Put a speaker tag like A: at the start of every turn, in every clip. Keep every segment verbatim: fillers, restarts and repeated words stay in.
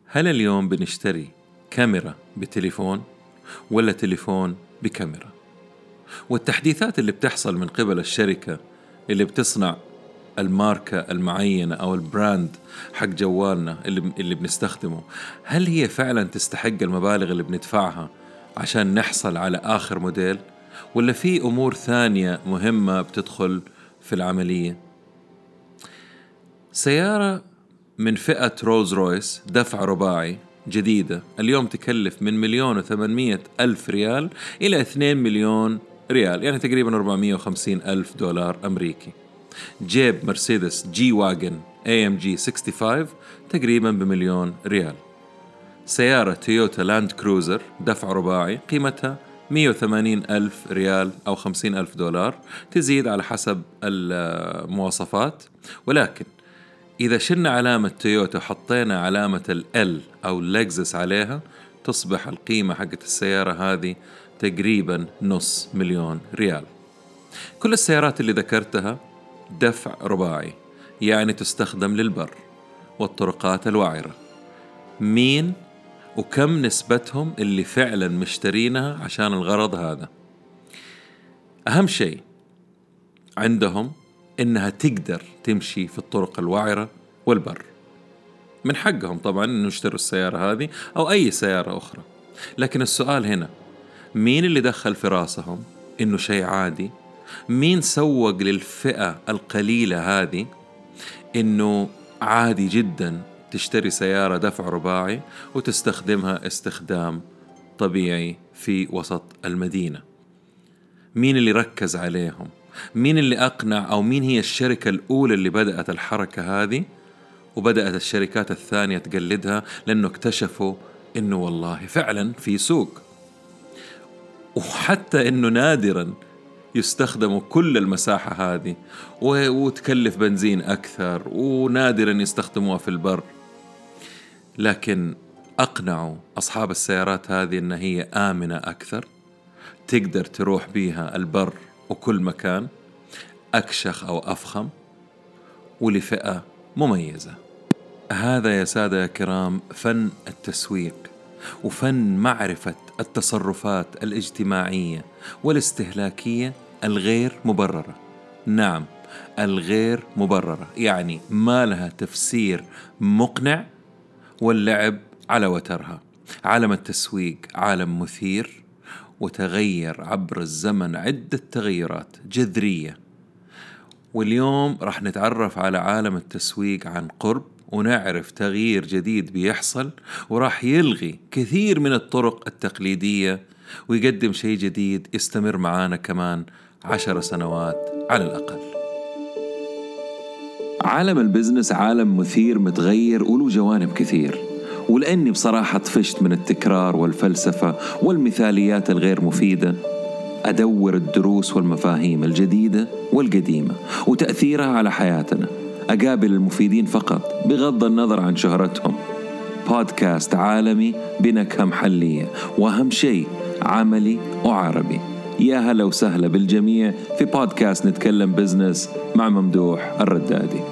A: هل اليوم بنشتري كاميرا بتليفون ولا تليفون بكاميرا؟ والتحديثات اللي بتحصل من قبل الشركة اللي بتصنع الماركة المعينة أو البراند حق جوالنا اللي, اللي بنستخدمه، هل هي فعلا تستحق المبالغ اللي بندفعها عشان نحصل على آخر موديل؟ ولا في أمور ثانية مهمة بتدخل في العملية؟ سيارة من فئة رولز رويس دفع رباعي جديدة اليوم تكلف من مليون وثمانمية ألف ريال إلى اثنين مليون ريال، يعني تقريبا أربعمية وخمسين ألف دولار أمريكي. جيب مرسيدس جي واجن اي ام جي خمسة وستين تقريبا بمليون ريال. سيارة تويوتا لاند كروزر دفع رباعي قيمتها مية وثمانين ألف ريال أو خمسين ألف دولار، تزيد على حسب المواصفات. ولكن إذا شلنا علامة تويوتا وحطينا علامة ال أو لكزس عليها، تصبح القيمة حقت السيارة هذه تقريبا نص مليون ريال. كل السيارات اللي ذكرتها دفع رباعي، يعني تستخدم للبر والطرقات الوعرة. مين وكم نسبتهم اللي فعلا مشترينها عشان الغرض هذا؟ أهم شيء عندهم إنها تقدر تمشي في الطرق الوعرة والبر. من حقهم طبعا إنه يشتروا السيارة هذه أو أي سيارة أخرى، لكن السؤال هنا مين اللي دخل في راسهم إنه شيء عادي؟ مين سوق للفئة القليلة هذه إنه عادي جدا تشتري سيارة دفع رباعي وتستخدمها استخدام طبيعي في وسط المدينة؟ مين اللي ركز عليهم؟ مين اللي أقنع؟ أو مين هي الشركة الأولى اللي بدأت الحركة هذه وبدأت الشركات الثانية تقلدها؟ لأنه اكتشفوا إنه والله فعلا في سوق، وحتى إنه نادرا يستخدموا كل المساحة هذه وتكلف بنزين أكثر، ونادرا يستخدموها في البر. لكن أقنعوا أصحاب السيارات هذه أن هي آمنة أكثر، تقدر تروح بيها البر وكل مكان، أكشخ أو أفخم، ولفئة مميزة. هذا يا سادة يا كرام فن التسويق وفن معرفة التصرفات الاجتماعية والاستهلاكية الغير مبررة. نعم، الغير مبررة، يعني ما لها تفسير مقنع، واللعب على وترها. عالم التسويق عالم مثير وتغير عبر الزمن عدة تغيرات جذرية، واليوم راح نتعرف على عالم التسويق عن قرب ونعرف تغيير جديد بيحصل، وراح يلغي كثير من الطرق التقليدية ويقدم شيء جديد يستمر معانا كمان عشر سنوات على الأقل. عالم البزنس عالم مثير متغير وله جوانب كثير، ولأني بصراحة طفشت من التكرار والفلسفة والمثاليات الغير مفيدة، أدور الدروس والمفاهيم الجديدة والقديمة وتأثيرها على حياتنا. أقابل المفيدين فقط بغض النظر عن شهرتهم. بودكاست عالمي بنكهة محلية، وأهم شيء عملي وعربي. يا هلا وسهلا بالجميع في بودكاست نتكلم بزنس مع ممدوح الردادي.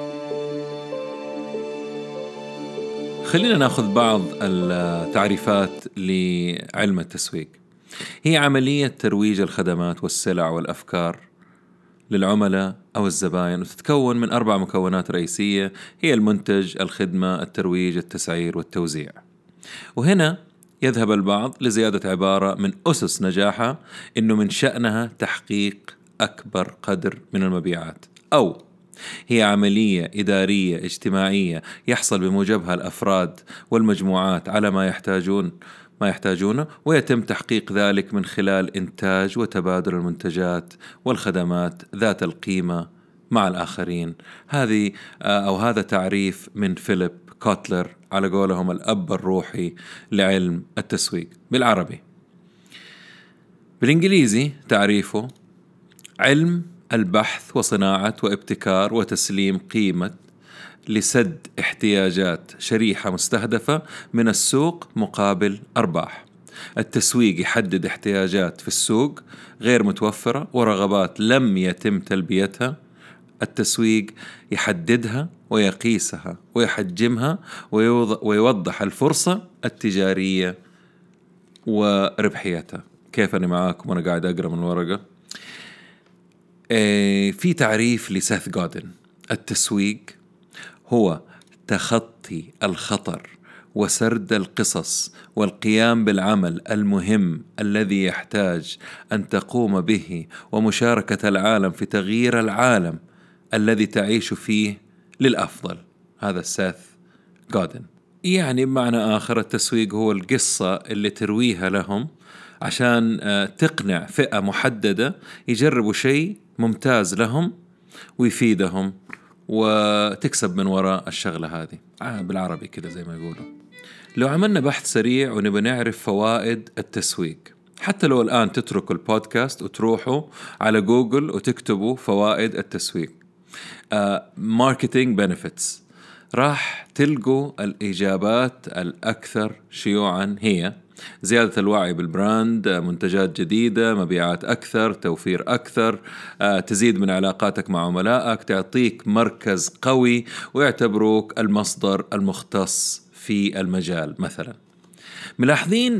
A: خلينا ناخذ بعض التعريفات لعلم التسويق. هي عملية ترويج الخدمات والسلع والأفكار للعملاء أو الزبائن، وتتكون من أربع مكونات رئيسية، هي المنتج، الخدمة، الترويج، التسعير والتوزيع. وهنا يذهب البعض لزيادة عبارة من أسس نجاحها إنه من شأنها تحقيق أكبر قدر من المبيعات، أو هي عملية إدارية اجتماعية يحصل بموجبها الأفراد والمجموعات على ما يحتاجون ما يحتاجونه، ويتم تحقيق ذلك من خلال إنتاج وتبادل المنتجات والخدمات ذات القيمة مع الآخرين. هذه أو هذا تعريف من فيليب كوتلر، على قولهم الأب الروحي لعلم التسويق بالعربي. بالإنجليزي تعريفه علم البحث وصناعة وابتكار وتسليم قيمة لسد احتياجات شريحة مستهدفة من السوق مقابل أرباح. التسويق يحدد احتياجات في السوق غير متوفرة ورغبات لم يتم تلبيتها التسويق يحددها ويقيسها ويحجمها ويوضح الفرصة التجارية وربحيتها. كيف أنا معاكم وأنا قاعد أقرأ من الورقة؟ إيه، في تعريف لسيث جودن: التسويق هو تخطي الخطر وسرد القصص والقيام بالعمل المهم الذي يحتاج أن تقوم به ومشاركة العالم في تغيير العالم الذي تعيش فيه للأفضل. هذا سيث جودن. يعني بمعنى آخر التسويق هو القصة اللي ترويها لهم عشان تقنع فئة محددة يجربوا شيء ممتاز لهم ويفيدهم وتكسب من وراء الشغلة هذه. آه بالعربي كده زي ما يقولوا. لو عملنا بحث سريع ونبي نعرف فوائد التسويق، حتى لو الآن تتركوا البودكاست وتروحوا على جوجل وتكتبوا فوائد التسويق ماركتينج بنفيتس، راح تلقوا الإجابات الأكثر شيوعا هي زيادة الوعي بالبراند، منتجات جديدة، مبيعات أكثر، توفير أكثر، تزيد من علاقاتك مع عملائك، تعطيك مركز قوي ويعتبروك المصدر المختص في المجال مثلا. ملاحظين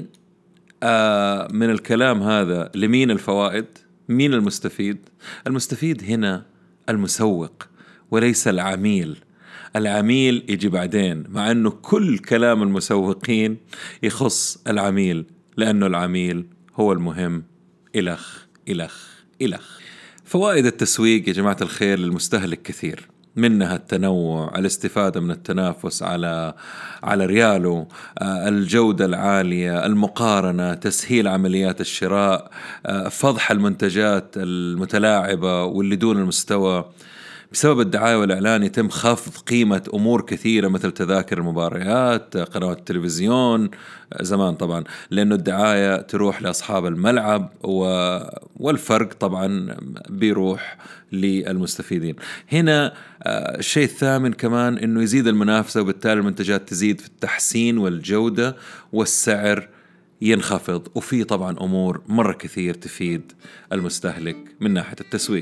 A: من الكلام هذا لمين الفوائد؟ مين المستفيد؟ المستفيد هنا المسوق وليس العميل. العميل يجي بعدين، مع أنه كل كلام المسوقين يخص العميل، لأنه العميل هو المهم. إلخ إلخ إلخ. فوائد التسويق يا جماعة الخير للمستهلك كثير، منها التنوع، الاستفادة من التنافس على على رياله، الجودة العالية، المقارنة، تسهيل عمليات الشراء، فضح المنتجات المتلاعبة واللي دون المستوى. بسبب الدعاية والإعلان يتم خفض قيمة أمور كثيرة مثل تذاكر المباريات، قنوات التلفزيون زمان طبعا، لأنه الدعاية تروح لأصحاب الملعب والفرق طبعا بيروح للمستفيدين. هنا الشيء الثامن كمان إنه يزيد المنافسة، وبالتالي المنتجات تزيد في التحسين والجودة والسعر ينخفض. وفي طبعا أمور مرة كثير تفيد المستهلك من ناحية التسويق.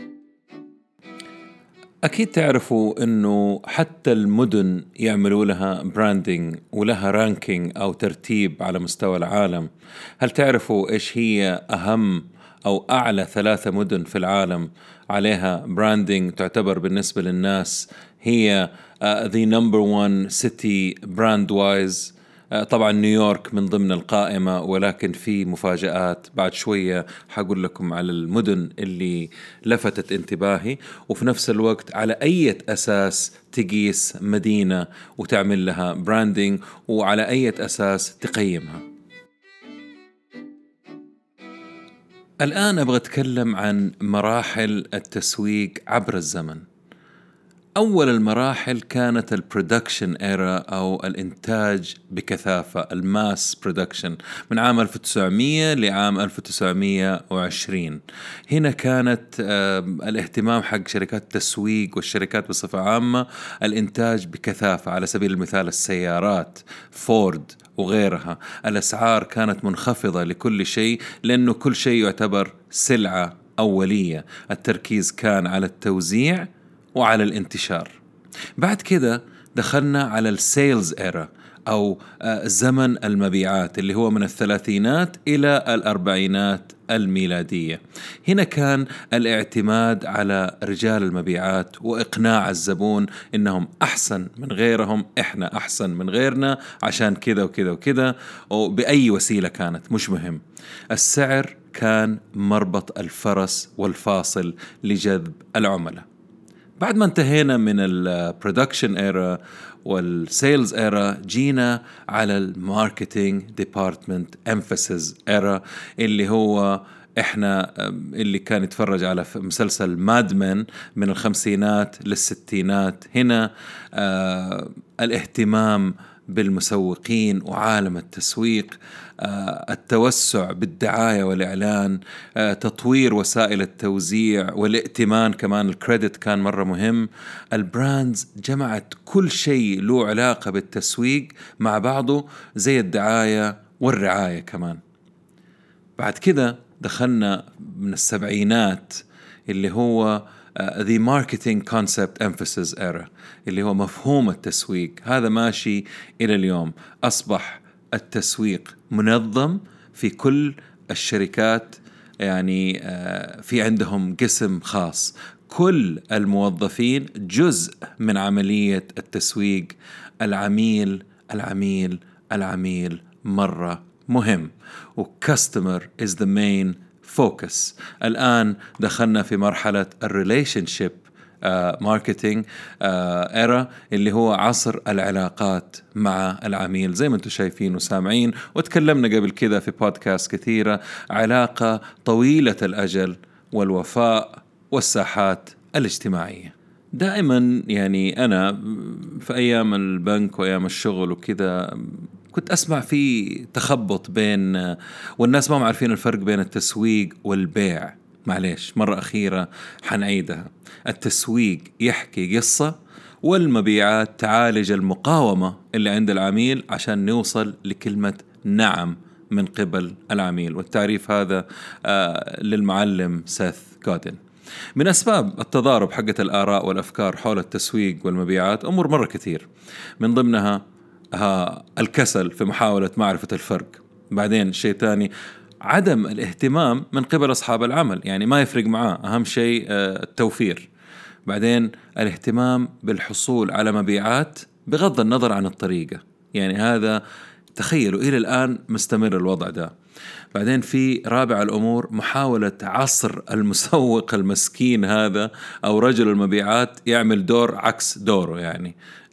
A: أكيد تعرفوا أنه حتى المدن يعملوا لها براندينج ولها رانكينج أو ترتيب على مستوى العالم. هل تعرفوا إيش هي أهم أو أعلى ثلاثة مدن في العالم عليها براندينج تعتبر بالنسبة للناس هي uh, the number one city brand wise؟ طبعا نيويورك من ضمن القائمة، ولكن في مفاجآت بعد شوية حقول لكم على المدن اللي لفتت انتباهي، وفي نفس الوقت على أي أساس تقيس مدينة وتعمل لها براندينج، وعلى أي أساس تقيمها. الآن أبغى أتكلم عن مراحل التسويق عبر الزمن. أول المراحل كانت البرودكشن إيرا أو الإنتاج بكثافة، الماس برودكشن، من عام ألف وتسعمية لعام ألف وتسعمية وعشرين. هنا كانت الاهتمام حق شركات التسويق والشركات بصفة عامة الإنتاج بكثافة. على سبيل المثال السيارات، فورد وغيرها، الأسعار كانت منخفضة لكل شيء لأنه كل شيء يعتبر سلعة أولية. التركيز كان على التوزيع وعلى الانتشار. بعد كده دخلنا على السيلز إيرا أو زمن المبيعات اللي هو من الثلاثينات إلى الأربعينات الميلادية. هنا كان الاعتماد على رجال المبيعات وإقناع الزبون إنهم أحسن من غيرهم، إحنا أحسن من غيرنا عشان كذا وكذا وكذا، وبأي وسيلة كانت مش مهم. السعر كان مربط الفرس والفاصل لجذب العملاء. بعد ما انتهينا من البرودكشن إيرا والسيلز إيرا، جينا على الماركتينج ديبارتمنت امفاسيس إيرا، اللي هو إحنا اللي كان يتفرج على مسلسل مادمن من الخمسينات للستينات. هنا آه الاهتمام بالمسوقين وعالم التسويق، آه، التوسع بالدعاية والإعلان، آه، تطوير وسائل التوزيع والائتمان، كمان الكريدت كان مرة مهم. البراندز جمعت كل شيء له علاقة بالتسويق مع بعضه زي الدعاية والرعاية كمان. بعد كده دخلنا من السبعينات اللي هو the marketing concept emphasis era، اللي هو مفهوم التسويق. هذا ماشي إلى اليوم، أصبح التسويق منظم في كل الشركات، يعني في عندهم قسم خاص، كل الموظفين جزء من عملية التسويق. العميل العميل العميل مرة مهم، و customer is the main focus. الآن دخلنا في مرحلة الريليشنشيب ماركتينج إيرا، اللي هو عصر العلاقات مع العميل، زي ما انتم شايفين وسامعين وتكلمنا قبل كذا في بودكاست كثيرة. علاقة طويلة الأجل والوفاء والساحات الاجتماعية. دائما يعني أنا في أيام البنك وأيام الشغل وكذا كنت أسمع في تخبط بين، والناس ما عارفين الفرق بين التسويق والبيع. معليش مرة أخيرة حنعيدها. التسويق يحكي قصة، والمبيعات تعالج المقاومة اللي عند العميل عشان نوصل لكلمة نعم من قبل العميل. والتعريف هذا آه للمعلم سيث جودن. من أسباب التضارب حقة الآراء والأفكار حول التسويق والمبيعات أمور مرة كثير، من ضمنها ها الكسل في محاولة معرفة الفرق. بعدين شيء تاني، عدم الاهتمام من قبل أصحاب العمل، يعني ما يفرق معاه، أهم شيء التوفير. بعدين الاهتمام بالحصول على مبيعات بغض النظر عن الطريقة، يعني هذا تخيلوا إلى الآن مستمر الوضع ده. بعدين في رابع الأمور، محاولة عصر المسوق المسكين هذا أو رجل المبيعات يعمل دور عكس دوره، يعني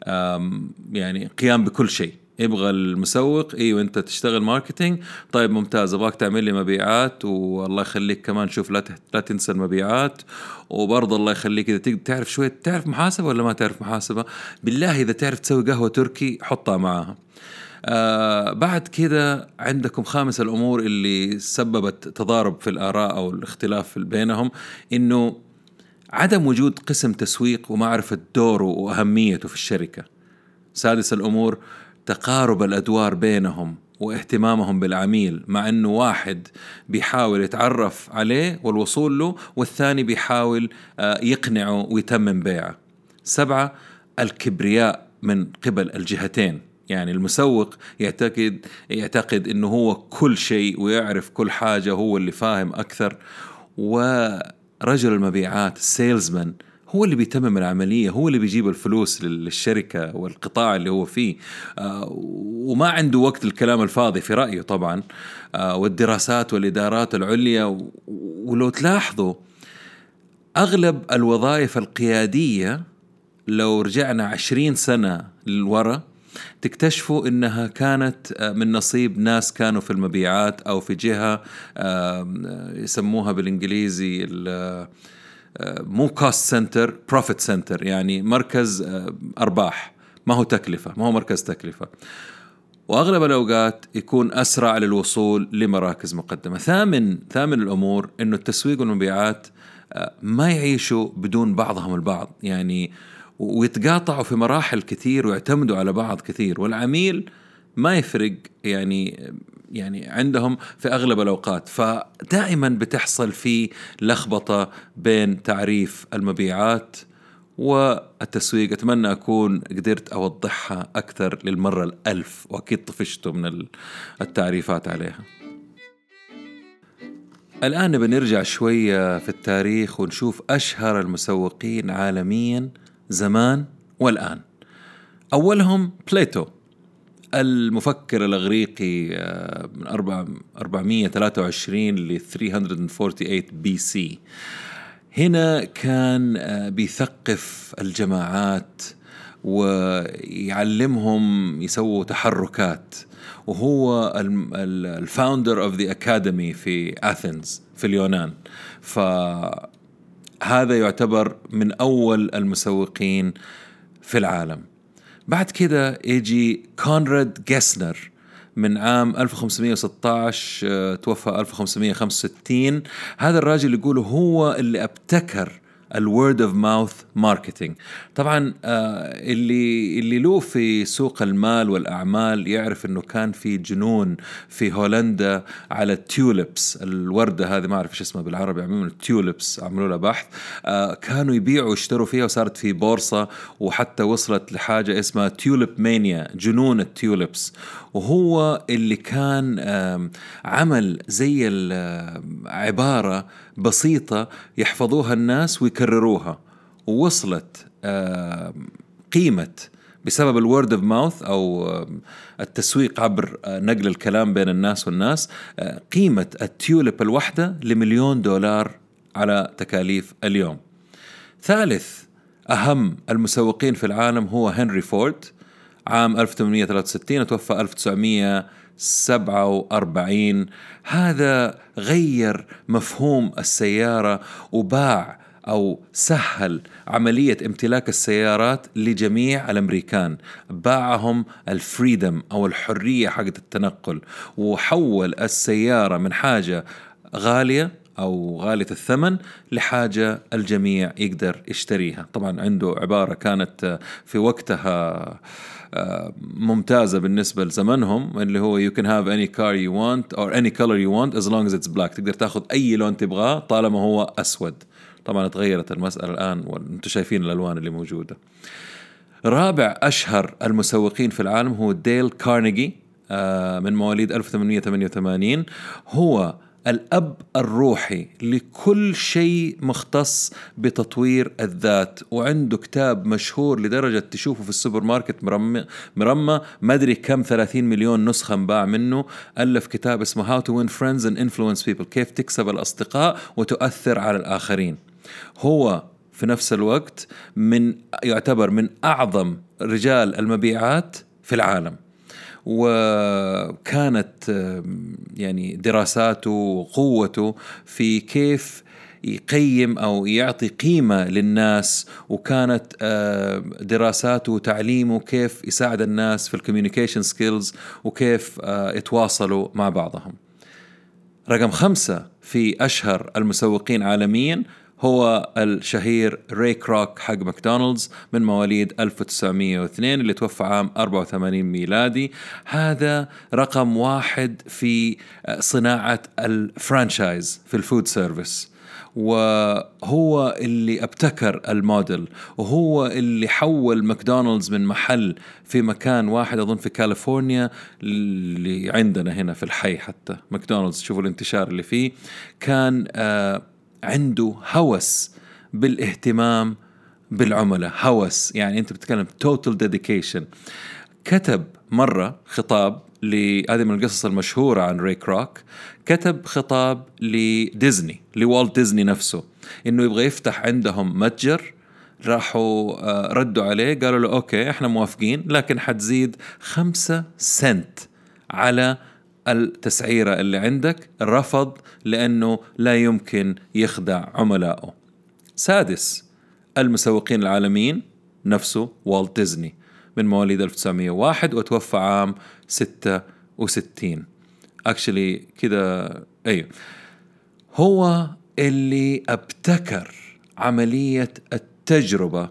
A: يعني قيام بكل شيء. يبغى المسوق ايوه انت تشتغل ماركتينج، طيب ممتاز، ابغاك تعمل لي مبيعات، والله يخليك كمان شوف لا لا تنسى المبيعات، وبرضه الله يخليك اذا تعرف شويه، تعرف محاسبه ولا ما تعرف محاسبه، بالله اذا تعرف تسوي قهوه تركي حطها معاها. آه بعد كده عندكم خامس الأمور اللي سببت تضارب في الآراء أو الاختلاف بينهم، إنه عدم وجود قسم تسويق ومعرفة دوره وأهميته في الشركة. سادس الأمور، تقارب الأدوار بينهم واهتمامهم بالعميل، مع أنه واحد بيحاول يتعرف عليه والوصول له، والثاني بيحاول آه يقنعه ويتمم بيعه. سبعة، الكبرياء من قبل الجهتين، يعني المسوق يعتقد يعتقد إنه هو كل شيء ويعرف كل حاجة، هو اللي فاهم أكثر، ورجل المبيعات السيلزمان هو اللي بيتمم العملية، هو اللي بيجيب الفلوس للشركة والقطاع اللي هو فيه، آه وما عنده وقت الكلام الفاضي في رأيه طبعا، آه والدراسات والإدارات العليا. ولو تلاحظوا أغلب الوظائف القيادية لو رجعنا عشرين سنة للوراء تكتشفوا إنها كانت من نصيب ناس كانوا في المبيعات أو في جهة يسموها بالإنجليزي مو cost center profit center، يعني مركز أرباح، ما هو تكلفة، ما هو مركز تكلفة. وأغلب الأوقات يكون أسرع للوصول لمراكز مقدمة. ثامن ثامن الأمور إنه التسويق والمبيعات ما يعيشوا بدون بعضهم البعض، يعني ويتقاطعوا في مراحل كثير ويعتمدوا على بعض كثير، والعميل ما يفرق يعني يعني عندهم في أغلب الأوقات. فدائما بتحصل في لخبطة بين تعريف المبيعات والتسويق. أتمنى أكون قدرت أوضحها أكثر للمرة الألف، وأكيد طفشتوا من التعريفات عليها. الآن بنرجع شوية في التاريخ ونشوف أشهر المسوقين عالميا زمان والآن. أولهم بليتو، المفكر الإغريقي من أربعمائة وثلاثة وعشرين ل ثلاثمائة وثمانية وأربعين بي سي. هنا كان بيثقف الجماعات ويعلمهم يسووا تحركات، وهو الفاوندر اوف ذا اكاديمي في اثينز في اليونان. فهذا يعتبر من اول المسوقين في العالم. بعد كده يجي كونراد جيسنر من عام ألف وخمسمائة وستة عشر توفى ألف وخمسمائة وخمسة وستين. هذا الراجل يقوله هو اللي ابتكر الword of mouth marketing. طبعا آه اللي اللي له في سوق المال والأعمال يعرف إنه كان في جنون في هولندا على التيوليبس، الوردة هذه ما أعرف إيش اسمها بالعربي، عموما التيوليبس عملوا لها بحث. آه كانوا يبيعوا ويشتروا فيها وصارت في بورصة، وحتى وصلت لحاجة اسمها تيوليب مانيا، جنون التيوليبس. وهو اللي كان آه عمل زي العبارة بسيطة يحفظوها الناس ويكرروها، ووصلت آه قيمة بسبب الورد اوف ماوث أو التسويق عبر نقل الكلام بين الناس والناس، قيمة التيوليب الوحدة لمليون دولار على تكاليف اليوم. ثالث أهم المسوقين في العالم هو هنري فورد، عام ألف وثمانمائة وثلاثة وستين وتوفى ألف وتسعمائة وسبعة وأربعين. هذا غير مفهوم السيارة وباع أو سهل عملية امتلاك السيارات لجميع الأمريكان، باعهم الفريدم أو الحرية حق التنقل، وحول السيارة من حاجة غالية أو غالية الثمن لحاجة الجميع يقدر يشتريها. طبعا عنده عبارة كانت في وقتها ممتازة بالنسبة لزمنهم، اللي هو you can have any car you want or any color you want as long as it's black. تقدر تاخذ أي لون تبغاه طالما هو أسود. طبعا تغيرت المسألة الآن وانتم شايفين الألوان اللي موجودة. رابع أشهر المسوقين في العالم هو ديل كارنيجي، من مواليد ألف وثمانمائة وثمانية وثمانين. هو الأب الروحي لكل شيء مختص بتطوير الذات، وعنده كتاب مشهور لدرجة تشوفه في السوبر ماركت مرمى مرمى ما أدري كم ثلاثين مليون نسخة انباع منه. ألف كتاب اسمه How to Win Friends and Influence People، كيف تكسب الأصدقاء وتؤثر على الآخرين. هو في نفس الوقت من يعتبر من أعظم رجال المبيعات في العالم، وكانت يعني دراساته وقوته في كيف يقيم أو يعطي قيمة للناس، وكانت دراساته وتعليمه كيف يساعد الناس في الكوميونيكيشن سكيلز وكيف يتواصلوا مع بعضهم. رقم خمسة في أشهر المسوقين عالميا هو الشهير راي كروك حق ماكدونالدز، من مواليد ألف وتسعمائة واثنين اللي توفى عام أربعة وثمانين ميلادي. هذا رقم واحد في صناعة الفرانشايز في الفود سيرفيس، وهو اللي ابتكر الموديل، وهو اللي حول ماكدونالدز من محل في مكان واحد أظن في كاليفورنيا اللي عندنا هنا في الحي. حتى ماكدونالدز شوفوا الانتشار اللي فيه، كان آه عنده هوس بالاهتمام بالعملاء، هوس يعني أنت بتتكلم total dedication. كتب مرة خطاب لهذه من القصص المشهورة عن راي كروك، كتب خطاب لديزني، لوالت ديزني نفسه، إنه يبغى يفتح عندهم متجر. راحوا ردوا عليه قالوا له أوكي إحنا موافقين، لكن حتزيد خمسة سنت على التسعيرة اللي عندك. رفض لأنه لا يمكن يخدع عملائه. سادس المسوقين العالميين نفسه والت ديزني، من مواليد ألف وتسعمائة وواحد وتوفى عام ستة وستين. actually كده أيوه، هو اللي ابتكر عملية التجربة،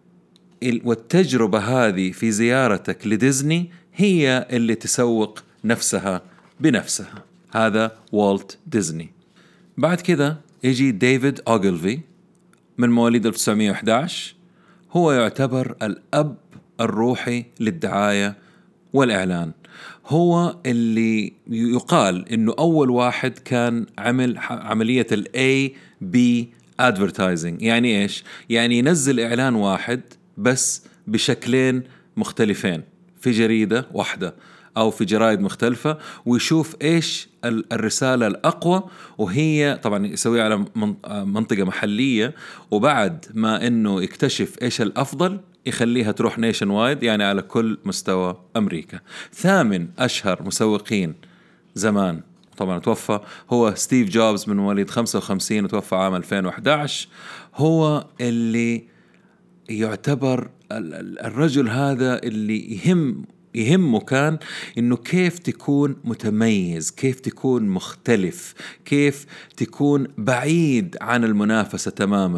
A: والتجربة هذه في زيارتك لديزني هي اللي تسوق نفسها بنفسها. هذا والت ديزني. بعد كده يجي ديفيد أوغلفي من مواليد ألف وتسعمائة وأحد عشر، هو يعتبر الأب الروحي للدعاية والإعلان. هو اللي يقال إنه أول واحد كان عمل عملية ال إيه بي advertising. يعني إيش؟ يعني ينزل إعلان واحد بس بشكلين مختلفين في جريدة واحدة أو في جرائد مختلفة، ويشوف إيش الرسالة الأقوى، وهي طبعا يسويها على منطقة محلية، وبعد ما إنه يكتشف إيش الأفضل يخليها تروح نيشن وايد، يعني على كل مستوى أمريكا. ثامن أشهر مسوقين زمان طبعا توفى هو ستيف جوبز، من مواليد خمسة وخمسين وتوفى عام ألفين وأحد عشر. هو اللي يعتبر الرجل هذا اللي يهم يهمه كان إنه كيف تكون متميز، كيف تكون مختلف، كيف تكون بعيد عن المنافسة تماما،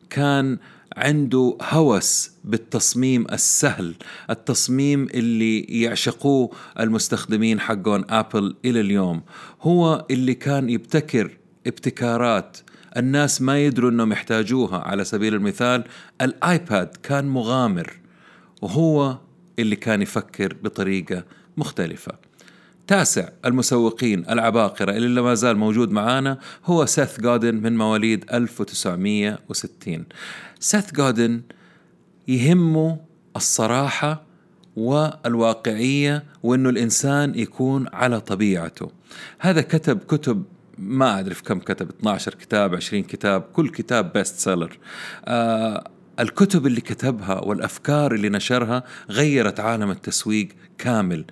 A: كان عنده هوس بالتصميم السهل، التصميم اللي يعشقوه المستخدمين حقون أبل إلى اليوم. هو اللي كان يبتكر ابتكارات الناس ما يدروا أنهم يحتاجوها. على سبيل المثال الآيباد كان مغامر، وهو اللي كان يفكر بطريقة مختلفة. تاسع المسوقين العباقرة اللي ما زال موجود معانا هو سيث جودن من مواليد ألف وتسعمية وستين. سيث جودن يهمه الصراحة والواقعية، وأنه الإنسان يكون على طبيعته. هذا كتب كتب ما أعرف كم كتب، اثنا عشر كتاب، عشرين كتاب، كل كتاب بيست سيلر. آه الكتب اللي كتبها والأفكار اللي نشرها غيرت عالم التسويق كامل.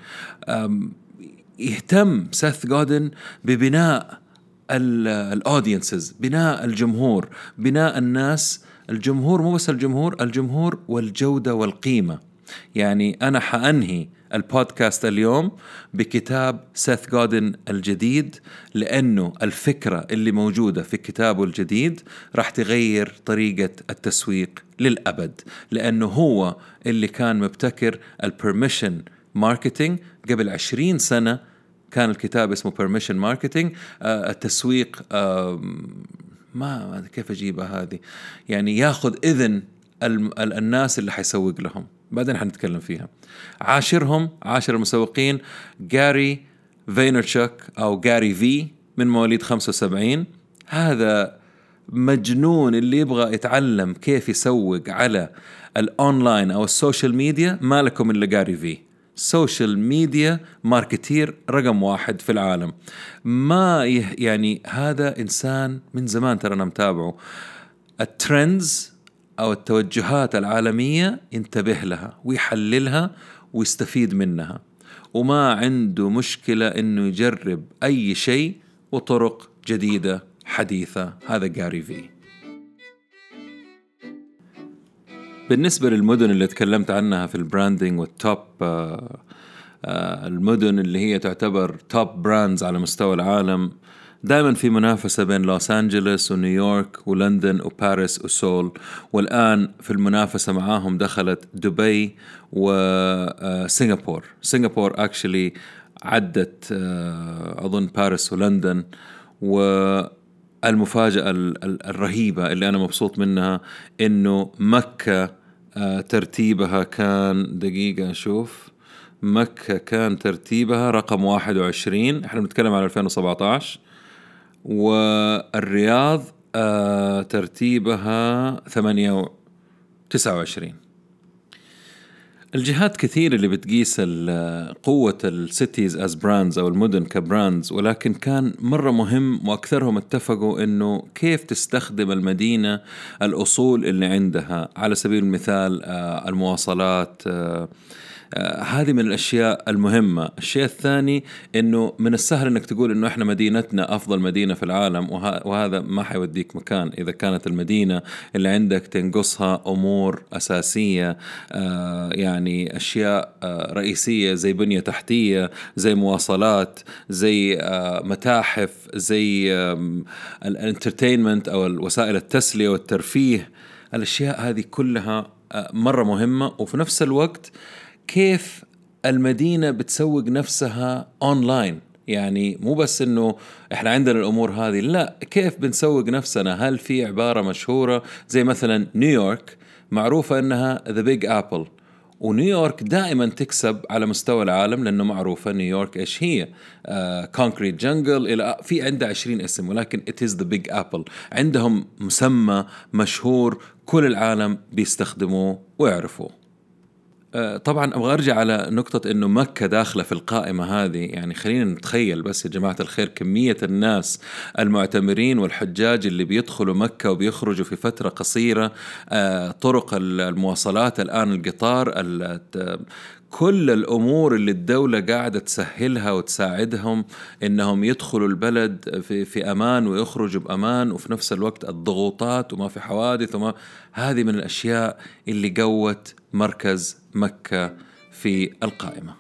A: يهتم سيث جودن ببناء الأودينسز، بناء الجمهور، بناء الناس. الجمهور مو بس الجمهور، الجمهور والجودة والقيمة. يعني أنا حأنهي البودكاست اليوم بكتاب سيث جودن الجديد، لأنه الفكرة اللي موجودة في كتابه الجديد راح تغير طريقة التسويق للأبد، لأنه هو اللي كان مبتكر البرميشن ماركتينج قبل عشرين سنة. كان الكتاب اسمه permission marketing. آه التسويق آه ما كيف أجيبها هذه، يعني ياخذ إذن الناس اللي حيسوق لهم، بعدين حنتكلم فيها. عاشرهم عاشر المسوقين جاري فينرتشوك أو جاري في من مواليد خمسة وسبعين. هذا مجنون اللي يبغى يتعلم كيف يسوق على الأونلاين أو السوشيال ميديا، ما لكم إلا جاري في. سوشيال ميديا ماركتير رقم واحد في العالم. ما يه يعني هذا إنسان من زمان ترى أنا متابعه. الترندز أو التوجهات العالمية ينتبه لها ويحللها ويستفيد منها، وما عنده مشكلة إنه يجرب أي شيء وطرق جديدة حديثة. هذا جاري في. بالنسبة للمدن اللي تكلمت عنها في البراندينج والتوب، آه آه المدن اللي هي تعتبر توب براندز على مستوى العالم، دائما في منافسة بين لوس أنجلوس ونيويورك ولندن وباريس وسول، والآن في المنافسة معاهم دخلت دبي وسنغافور. سنغافور actually عدت آه أظن باريس ولندن. والمفاجأة الرهيبة اللي أنا مبسوط منها إنه مكة آه ترتيبها كان، دقيقة أشوف، مكة كان ترتيبها رقم واحد وعشرين، احنا بنتكلم على ألفين وسبعة عشر. والرياض آه ترتيبها ثمانية تسعة وعشرين. الجهات كثير اللي بتقيس قوة السيتيز as براندز أو المدن كبراندز، ولكن كان مرة مهم وأكثرهم اتفقوا إنه كيف تستخدم المدينة الأصول اللي عندها. على سبيل المثال آه المواصلات، آه آه هذه من الأشياء المهمة. الشيء الثاني إنه من السهل إنك تقول إنه إحنا مدينتنا أفضل مدينة في العالم، وه- وهذا ما حيوديك مكان إذا كانت المدينة اللي عندك تنقصها أمور أساسية، آه يعني أشياء آه رئيسية زي بنية تحتية، زي مواصلات، زي آه متاحف، زي آه الانترتينمنت أو وسائل التسلية والترفيه. الأشياء هذه كلها آه مرة مهمة. وفي نفس الوقت كيف المدينة بتسوق نفسها أونلاين، يعني مو بس إنه إحنا عندنا الأمور هذه، لا، كيف بنسوق نفسنا. هل في عبارة مشهورة زي مثلا نيويورك معروفة إنها The Big Apple، ونيويورك دائما تكسب على مستوى العالم لأنه معروفة نيويورك إيش هي، كونكريت uh, جنجل إلى في عندها عشرين اسم، ولكن it is the big apple. عندهم مسمى مشهور كل العالم بيستخدموه ويعرفوه. طبعا أبغى أرجع على نقطة إنه مكة داخلة في القائمة هذه. يعني خلينا نتخيل بس يا جماعة الخير كمية الناس المعتمرين والحجاج اللي بيدخلوا مكة وبيخرجوا في فترة قصيرة. طرق المواصلات الآن، القطار، كل الأمور اللي الدولة قاعدة تسهلها وتساعدهم إنهم يدخلوا البلد في, في أمان ويخرجوا بأمان، وفي نفس الوقت الضغوطات وما في حوادث وما. هذه من الأشياء اللي قوت مركز مكة في القائمة.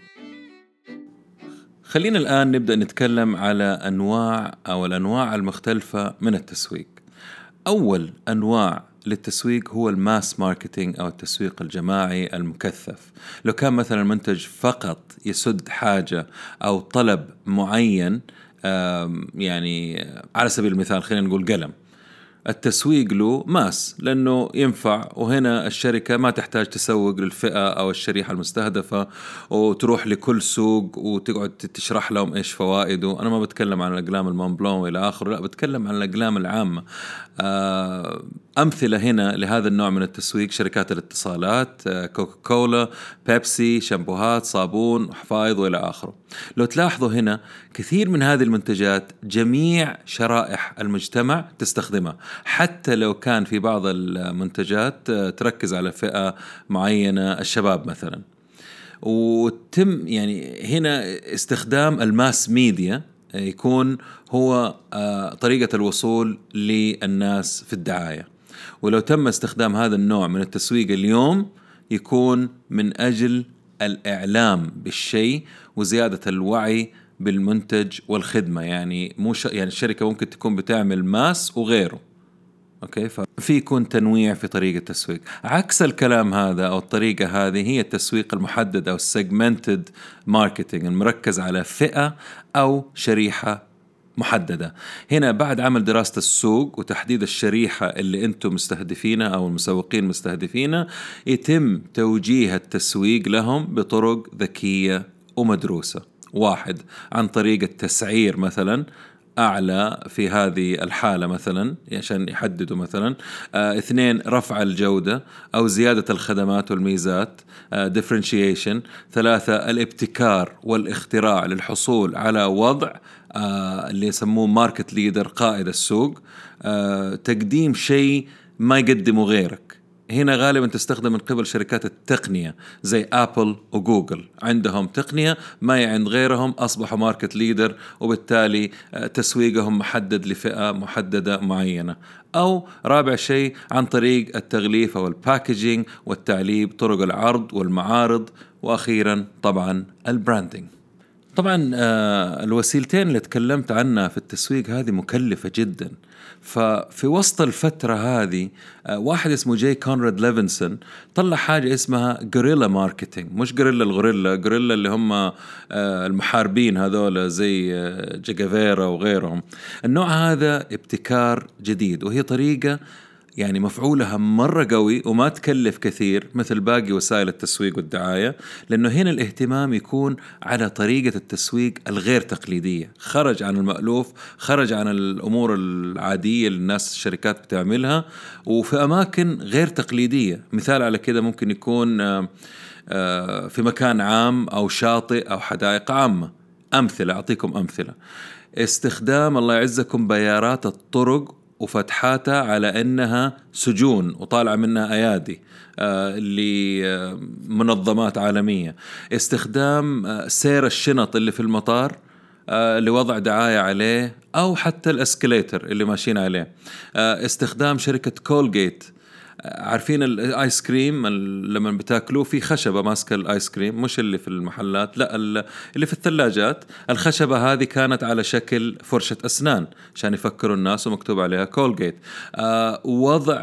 A: خلينا الآن نبدأ نتكلم على أنواع أو الأنواع المختلفة من التسويق. أول أنواع للتسويق هو الماس ماركتينج أو التسويق الجماعي المكثف. لو كان مثلا منتج فقط يسد حاجة أو طلب معين، يعني على سبيل المثال خلينا نقول قلم، التسويق له ماس لأنه ينفع، وهنا الشركة ما تحتاج تسوق للفئة أو الشريحة المستهدفة وتروح لكل سوق وتقعد تشرح لهم إيش فوائده. أنا ما بتكلم عن الأقلام المونبلون وإلى آخره، لا بتكلم عن الأقلام العامة. أمثلة هنا لهذا النوع من التسويق شركات الاتصالات، كوكا كولا، بيبسي، شامبوهات، صابون، حفايض وإلى آخره. لو تلاحظوا هنا كثير من هذه المنتجات جميع شرائح المجتمع تستخدمها، حتى لو كان في بعض المنتجات تركز على فئة معينة، الشباب مثلا. وتم يعني هنا استخدام الماس ميديا يكون هو طريقة الوصول للناس في الدعاية. ولو تم استخدام هذا النوع من التسويق اليوم يكون من أجل الإعلام بالشيء وزيادة الوعي بالمنتج والخدمة. يعني مو ش... يعني الشركة ممكن تكون بتعمل ماس وغيره، أوكي، ففي يكون تنويع في طريقة التسويق. عكس الكلام هذا أو الطريقة هذه هي التسويق المحدد أو segmented marketing المركز على فئة أو شريحة محددة. هنا بعد عمل دراسة السوق وتحديد الشريحة اللي أنتم مستهدفينها أو المسوقين مستهدفينها، يتم توجيه التسويق لهم بطرق ذكية ومدروسة. واحد، عن طريق التسعير مثلا أعلى في هذه الحالة مثلا عشان يحددوا مثلا. آه، اثنين، رفع الجودة أو زيادة الخدمات والميزات، آه، differentiation. ثلاثة، الابتكار والاختراع للحصول على وضع آه، اللي يسموه ماركت ليدر، قائد السوق. آه، تقديم شيء ما يقدمه غيرك. هنا غالبا تستخدم من قبل شركات التقنية زي أبل وجوجل، عندهم تقنية ما عند غيرهم، أصبحوا ماركت ليدر، وبالتالي تسويقهم محدد لفئة محددة معينة. أو رابع شيء عن طريق التغليف أو الباكجينج والتعليب، طرق العرض والمعارض، وأخيرا طبعا البراندينج. طبعا الوسيلتين اللي تكلمت عنها في التسويق هذه مكلفة جدا. ففي وسط الفترة هذه واحد اسمه جاي كونراد ليفنسون طلع حاجة اسمها غوريلا ماركتينج. مش غوريلا الغوريلا، غوريلا اللي هم المحاربين هذول زي جاكافيرا وغيرهم. النوع هذا ابتكار جديد، وهي طريقة يعني مفعولها مرة قوي وما تكلف كثير مثل باقي وسائل التسويق والدعاية، لأنه هنا الاهتمام يكون على طريقة التسويق الغير تقليدية، خرج عن المألوف، خرج عن الأمور العادية اللي الناس الشركات بتعملها، وفي أماكن غير تقليدية. مثال على كده ممكن يكون في مكان عام أو شاطئ أو حدائق عامة. أمثلة، أعطيكم أمثلة: استخدام الله يعزكم بيارات الطرق وفتحاتها على أنها سجون وطالع منها أيادي آه لمنظمات عالمية. استخدام آه سير الشنط اللي في المطار آه لوضع دعاية عليه، أو حتى الأسكليتر اللي ماشيين عليه. آه استخدام شركة كولغيت، عارفين الايس كريم لما بتاكلوه في خشبة ماسكة الايس كريم، مش اللي في المحلات، لا اللي في الثلاجات. الخشبة هذه كانت على شكل فرشة أسنان عشان يفكروا الناس ومكتوب عليها كولغيت. آه وضع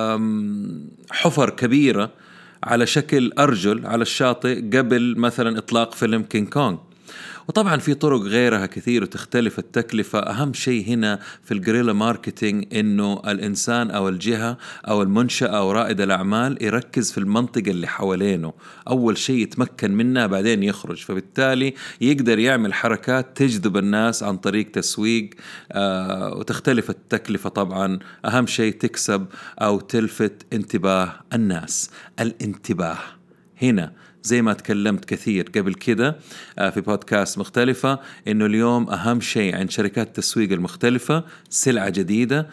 A: حفر كبيرة على شكل أرجل على الشاطئ قبل مثلا إطلاق فيلم كينج كونغ. وطبعا في طرق غيرها كثير وتختلف التكلفة. أهم شيء هنا في الجريلا ماركتينج إنه الإنسان أو الجهة أو المنشأة أو رائد الأعمال يركز في المنطقة اللي حوالينه، أول شيء يتمكن منها بعدين يخرج، فبالتالي يقدر يعمل حركات تجذب الناس عن طريق تسويق. آه وتختلف التكلفة طبعا. أهم شيء تكسب أو تلفت انتباه الناس. الانتباه هنا زي ما تكلمت كثير قبل كده في بودكاست مختلفة، إنه اليوم أهم شيء عند شركات التسويق المختلفة سلعة جديدة،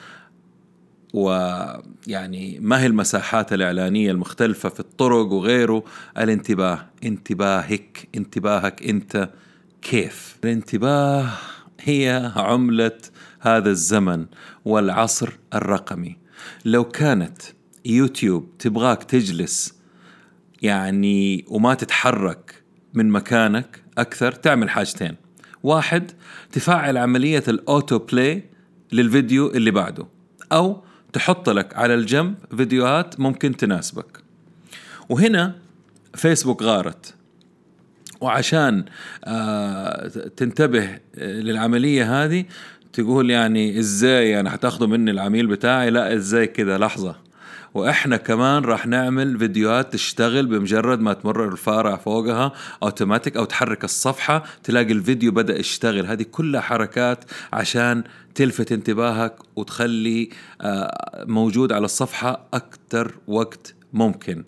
A: ويعني ما هي المساحات الإعلانية المختلفة في الطرق وغيره. الانتباه، انتباهك، انتباهك أنت. كيف؟ الانتباه هي عملة هذا الزمن والعصر الرقمي. لو كانت يوتيوب تبغاك تجلس يعني وما تتحرك من مكانك أكثر، تعمل حاجتين: واحد، تفعل عملية الأوتو بلاي للفيديو اللي بعده، أو تحط لك على الجنب فيديوهات ممكن تناسبك. وهنا فيسبوك غارت، وعشان آه تنتبه للعملية هذه تقول يعني ازاي يعني هتاخدوا مني العميل بتاعي؟ لا ازاي كده، لحظة، واحنا كمان راح نعمل فيديوهات تشتغل بمجرد ما تمرر الفارع فوقها اوتوماتيك او تحرك الصفحة تلاقي الفيديو بدأ يشتغل. هذه كلها حركات عشان تلفت انتباهك وتخلي آه موجود على الصفحة اكتر وقت ممكن.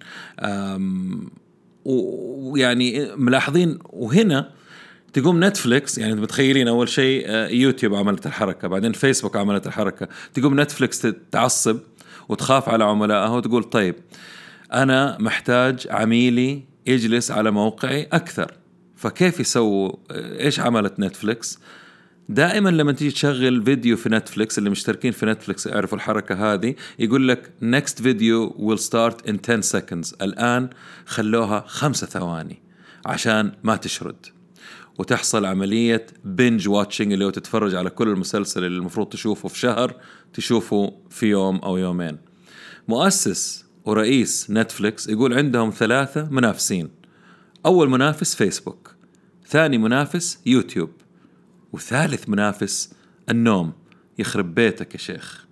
A: ويعني ملاحظين، وهنا تقوم نتفليكس، يعني متخيلين أول شيء يوتيوب عملت الحركة، بعدين فيسبوك عملت الحركة، تقوم نتفليكس تعصب وتخاف على عملائها وتقول طيب أنا محتاج عميلي يجلس على موقعي أكثر. فكيف يسووا؟ إيش عملت نتفليكس؟ دائما لما تيجي تشغل فيديو في نتفليكس، اللي مشتركين في نتفليكس يعرفوا الحركة هذه، يقول لك next video will start in ten seconds. الآن خلوها خمسة ثواني عشان ما تشرد وتحصل عملية binge watching، اللي هو تتفرج على كل المسلسل اللي المفروض تشوفه في شهر تشوفه في يوم أو يومين. مؤسس ورئيس نتفليكس يقول عندهم ثلاثة منافسين: أول منافس فيسبوك، ثاني منافس يوتيوب، وثالث منافس النوم. يخرب بيتك يا شيخ.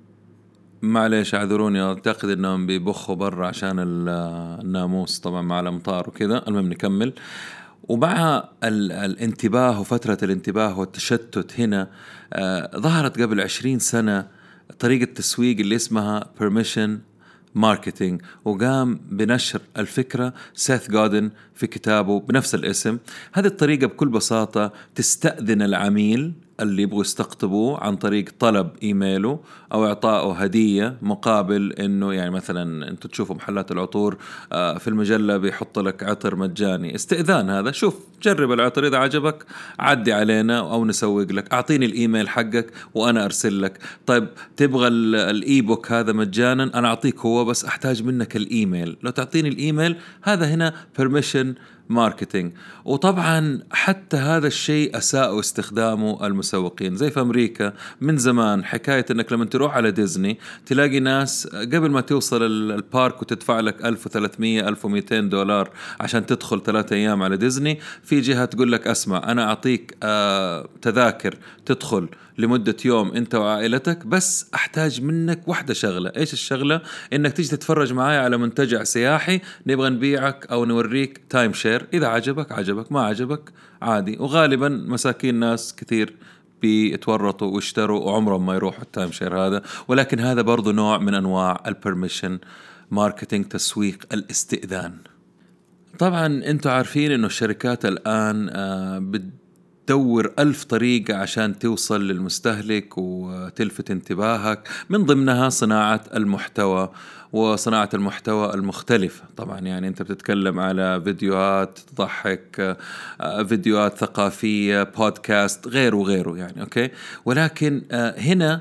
A: معليش اعذروني، اعتقد انهم بيبخوا برا عشان الناموس طبعا مع الامطار وكذا. المهم نكمل. ومع الانتباه وفترة الانتباه والتشتت هنا آه ظهرت قبل عشرين سنة طريقة تسويق اللي اسمها permission ماركتينج، وقام بنشر الفكرة سيث جودن في كتابه بنفس الاسم. هذه الطريقة بكل بساطة تستأذن العميل اللي يبغوا يستقطبوه عن طريق طلب إيميله أو إعطائه هدية مقابل إنه يعني مثلا أنتوا تشوفوا محلات العطور في المجلة بيحط لك عطر مجاني. استئذان هذا، شوف جرب العطر، إذا عجبك عدي علينا أو نسوق لك، أعطيني الإيميل حقك وأنا أرسل لك. طيب تبغى الإيبوك هذا مجانا، أنا أعطيك هو بس أحتاج منك الإيميل، لو تعطيني الإيميل. هذا هنا permission ماركتينج. وطبعا حتى هذا الشيء أساءوا استخدامه المسوقين. زي في أمريكا من زمان حكاية أنك لما تروح على ديزني تلاقي ناس قبل ما توصل البارك وتدفع لك ألف وثلاثمية ألف ومئتين دولار عشان تدخل ثلاثة أيام على ديزني، في جهة تقول لك أسمع أنا أعطيك آه تذاكر تدخل لمدة يوم أنت وعائلتك، بس أحتاج منك واحدة شغلة. إيش الشغلة؟ إنك تيجي تتفرج معايا على منتجع سياحي، نبغى نبيعك أو نوريك تايم شير، إذا عجبك عجبك، ما عجبك عادي. وغالبا مساكين ناس كثير بيتورطوا واشتروا وعمرهم ما يروحوا التايم شير هذا. ولكن هذا برضو نوع من أنواع البرميشن ماركتينج، تسويق الاستئذان. طبعا أنتوا عارفين إنه الشركات الآن آه بت دور ألف طريقة عشان توصل للمستهلك وتلفت انتباهك، من ضمنها صناعة المحتوى وصناعة المحتوى المختلفة. طبعا يعني أنت بتتكلم على فيديوهات تضحك، فيديوهات ثقافية، بودكاست، غيره وغيره يعني أوكي. ولكن هنا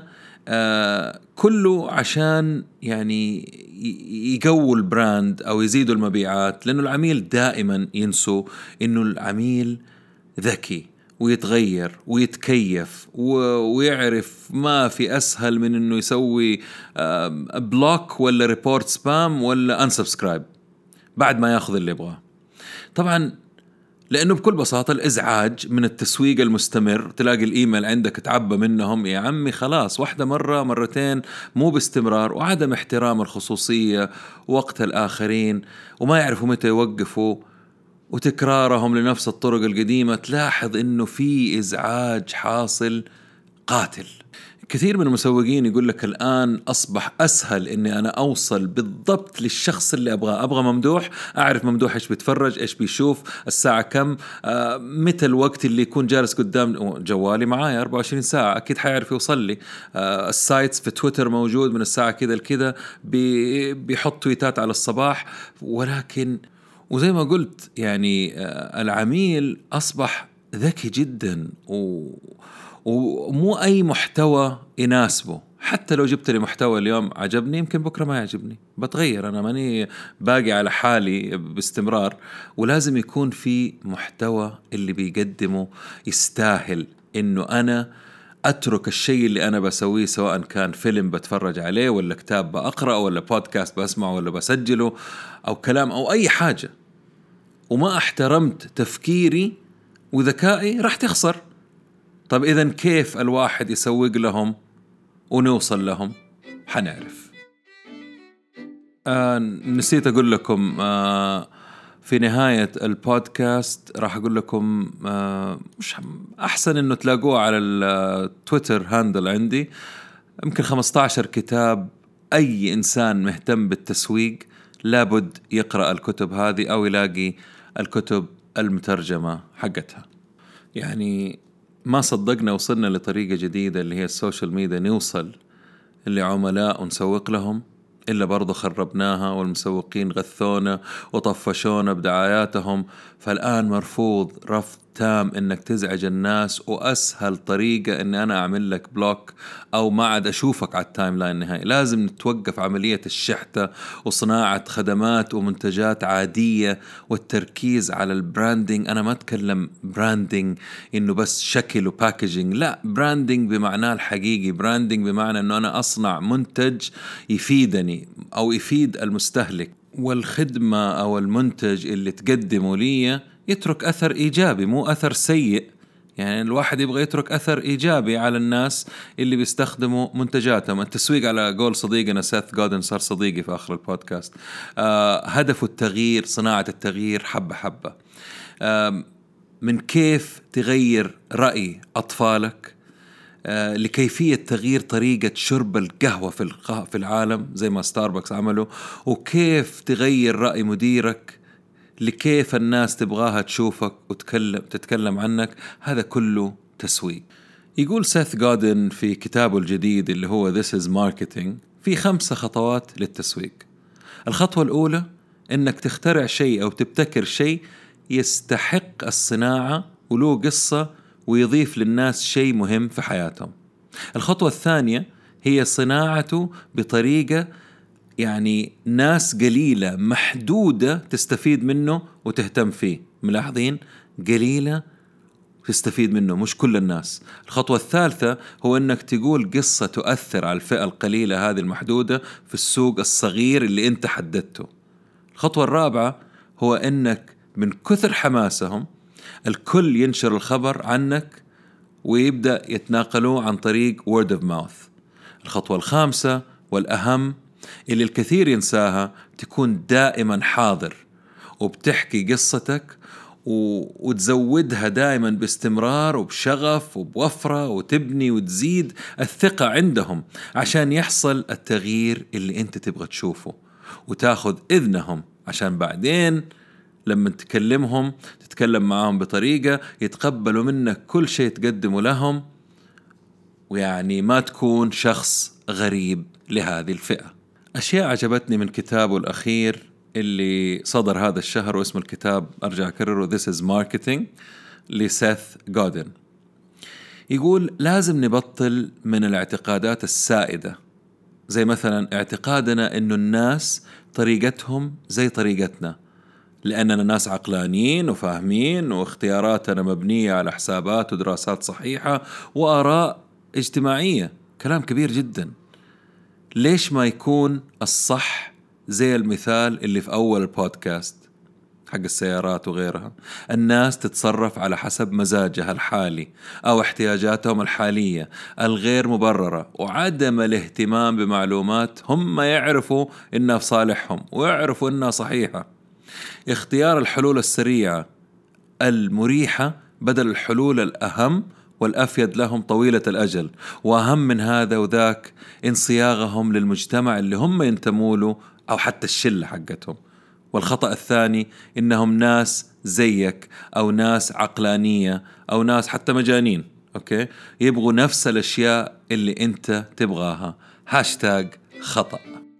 A: كله عشان يعني يقووا البراند أو يزيدوا المبيعات، لأنه العميل دائما ينسوا إنه العميل ذكي ويتغير ويتكيف ويعرف ما في أسهل من إنه يسوي بلوك ولا ريبورت سبام ولا أنسبسكرايب بعد ما ياخذ اللي يبغاه. طبعا لأنه بكل بساطة الإزعاج من التسويق المستمر، تلاقي الإيميل عندك تعبى منهم يا عمي خلاص، واحدة مرة مرتين مو باستمرار، وعدم احترام الخصوصية وقت الآخرين، وما يعرفوا متى يوقفوا، وتكرارهم لنفس الطرق القديمة. تلاحظ إنه في إزعاج حاصل قاتل. كثير من المسوقين يقول لك الآن أصبح أسهل إني أنا أوصل بالضبط للشخص اللي أبغاه. أبغى ممدوح، أعرف ممدوح إيش بيتفرج، إيش بيشوف، الساعة كم، آه، متى الوقت اللي يكون جالس قدام جوالي معايا أربعة وعشرين ساعة، أكيد حيعرف يوصل لي. آه، السايتس في تويتر موجود من الساعة كذا لكذا، بي بيحط تويتات على الصباح. ولكن وزي ما قلت يعني آه العميل أصبح ذكي جدا، و ومو أي محتوى يناسبه. حتى لو جبت لي محتوى اليوم عجبني، يمكن بكرة ما يعجبني، بتغير. أنا ماني باقي على حالي باستمرار. ولازم يكون في محتوى اللي بيقدمه يستاهل إنه أنا أترك الشيء اللي أنا بسويه، سواء كان فيلم بتفرج عليه ولا كتاب بقرأه ولا بودكاست بسمعه ولا بسجله أو كلام أو أي حاجة، وما احترمت تفكيري وذكائي، راح تخسر. طب إذن كيف الواحد يسوق لهم ونوصل لهم؟ حنعرف. آه نسيت أقول لكم آه في نهاية البودكاست راح أقول لكم آه مش أحسن إنه تلاقوه على التويتر هاندل عندي، يمكن خمسة عشر كتاب أي إنسان مهتم بالتسويق لابد يقرأ الكتب هذه أو يلاقي الكتب المترجمة حقتها. يعني ما صدقنا وصلنا لطريقة جديدة اللي هي السوشيال ميديا نوصل لعملاء ونسوق لهم، إلا برضو خربناها والمسوقين غثونا وطفشونا بدعاياتهم. فالآن مرفوض رفض تام إنك تزعج الناس، وأسهل طريقة إن أنا أعمل لك بلوك أو ما عاد أشوفك على التايم لاين نهائي. لازم نتوقف عملية الشحتة وصناعة خدمات ومنتجات عادية والتركيز على البراندينج. أنا ما أتكلم براندينج إنه بس شكل وباكجينج، لا، براندينج بمعناه الحقيقي. براندينج بمعنى إنه أنا أصنع منتج يفيدني أو يفيد المستهلك، والخدمة أو المنتج اللي تقدمه لي يترك أثر إيجابي مو أثر سيء. يعني الواحد يبغى يترك أثر إيجابي على الناس اللي بيستخدموا منتجاتهم. التسويق على قول صديقنا سيث جودن، صار صديقي في آخر البودكاست، آه هدفه التغيير، صناعة التغيير حبة حبة. آه من كيف تغير رأي أطفالك آه لكيفية تغيير طريقة شرب القهوة في في العالم زي ما ستاربكس عملوا، وكيف تغير رأي مديرك لكيف الناس تبغاها تشوفك وتتكلم تتكلم عنك. هذا كله تسويق. يقول سيث جودن في كتابه الجديد اللي هو This is Marketing في خمسة خطوات للتسويق. الخطوة الأولى إنك تخترع شيء أو تبتكر شيء يستحق الصناعة وله قصة ويضيف للناس شيء مهم في حياتهم. الخطوة الثانية هي صناعته بطريقة يعني ناس قليلة محدودة تستفيد منه وتهتم فيه. ملاحظين؟ قليلة تستفيد منه، مش كل الناس. الخطوة الثالثة هو أنك تقول قصة تؤثر على الفئة القليلة هذه المحدودة في السوق الصغير اللي أنت حددته. الخطوة الرابعة هو أنك من كثر حماسهم الكل ينشر الخبر عنك ويبدأ يتناقلوه عن طريق word of mouth. الخطوة الخامسة والأهم اللي الكثير ينساها، تكون دائما حاضر وبتحكي قصتك و... وتزودها دائما باستمرار وبشغف وبوفرة، وتبني وتزيد الثقة عندهم عشان يحصل التغيير اللي انت تبغى تشوفه، وتاخذ إذنهم عشان بعدين لما تكلمهم تتكلم معهم بطريقة يتقبلوا منك كل شيء تقدمه لهم، ويعني ما تكون شخص غريب لهذه الفئة. أشياء عجبتني من كتابه الأخير اللي صدر هذا الشهر، واسم الكتاب أرجع أكرره This is Marketing لسيث جودن. يقول لازم نبطل من الاعتقادات السائدة، زي مثلا اعتقادنا إنه الناس طريقتهم زي طريقتنا، لأننا ناس عقلانيين وفاهمين واختياراتنا مبنية على حسابات ودراسات صحيحة وآراء اجتماعية. كلام كبير جدا. ليش ما يكون الصح زي المثال اللي في أول البودكاست حق السيارات وغيرها؟ الناس تتصرف على حسب مزاجها الحالي أو احتياجاتهم الحالية الغير مبررة، وعدم الاهتمام بمعلومات هم يعرفوا إنها في صالحهم ويعرفوا إنها صحيحة. اختيار الحلول السريعة المريحة بدل الحلول الأهم والأفيد لهم طويلة الأجل، وأهم من هذا وذاك انصياغهم للمجتمع اللي هم ينتموا له أو حتى الشلة حقتهم. والخطأ الثاني إنهم ناس زيك أو ناس عقلانية أو ناس حتى مجانين، أوكي، يبغوا نفس الأشياء اللي أنت تبغاها. هاشتاج خطأ.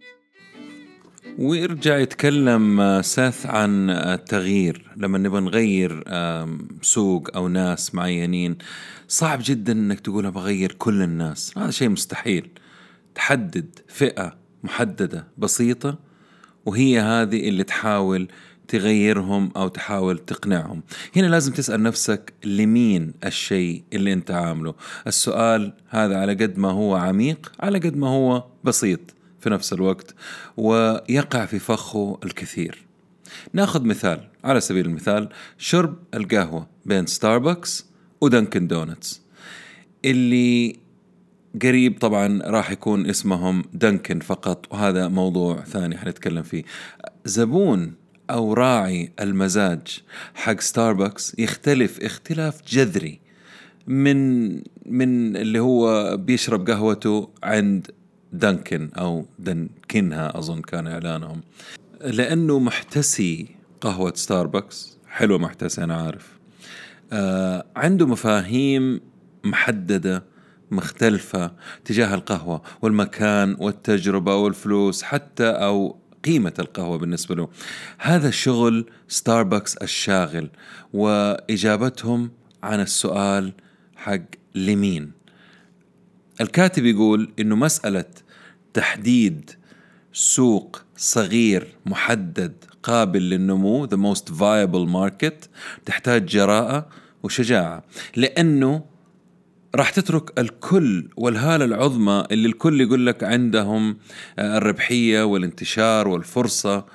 A: ويرجع يتكلم سيث عن التغيير. لما نبغى نغير سوق أو ناس معينين صعب جدا أنك تقول بغير كل الناس، هذا شيء مستحيل. تحدد فئة محددة بسيطة وهي هذه اللي تحاول تغيرهم أو تحاول تقنعهم. هنا لازم تسأل نفسك لمين الشيء اللي أنت عامله. السؤال هذا على قد ما هو عميق على قد ما هو بسيط في نفس الوقت، ويقع في فخه الكثير. ناخذ مثال على سبيل المثال، شرب القهوة بين ستاربكس ودنكن دونتس. اللي قريب طبعا راح يكون اسمهم دنكن فقط، وهذا موضوع ثاني حنتكلم فيه. زبون أو راعي المزاج حق ستاربكس يختلف اختلاف جذري من من اللي هو بيشرب قهوته عند دنكن أو دنكنها أظن كان إعلانهم، لأنه محتسي قهوة ستاربكس حلوة، محتسي أنا عارف، آه عنده مفاهيم محددة مختلفة تجاه القهوة والمكان والتجربة والفلوس حتى أو قيمة القهوة بالنسبة له. هذا شغل ستاربكس الشاغل، وإجابتهم عن السؤال حق لمين. الكاتب يقول إنه مسألة تحديد سوق صغير محدد قابل للنمو the most viable market تحتاج جراءة وشجاعة، لأنه راح تترك الكل والهالة العظمى اللي الكل يقول لك عندهم الربحية والانتشار والفرصة،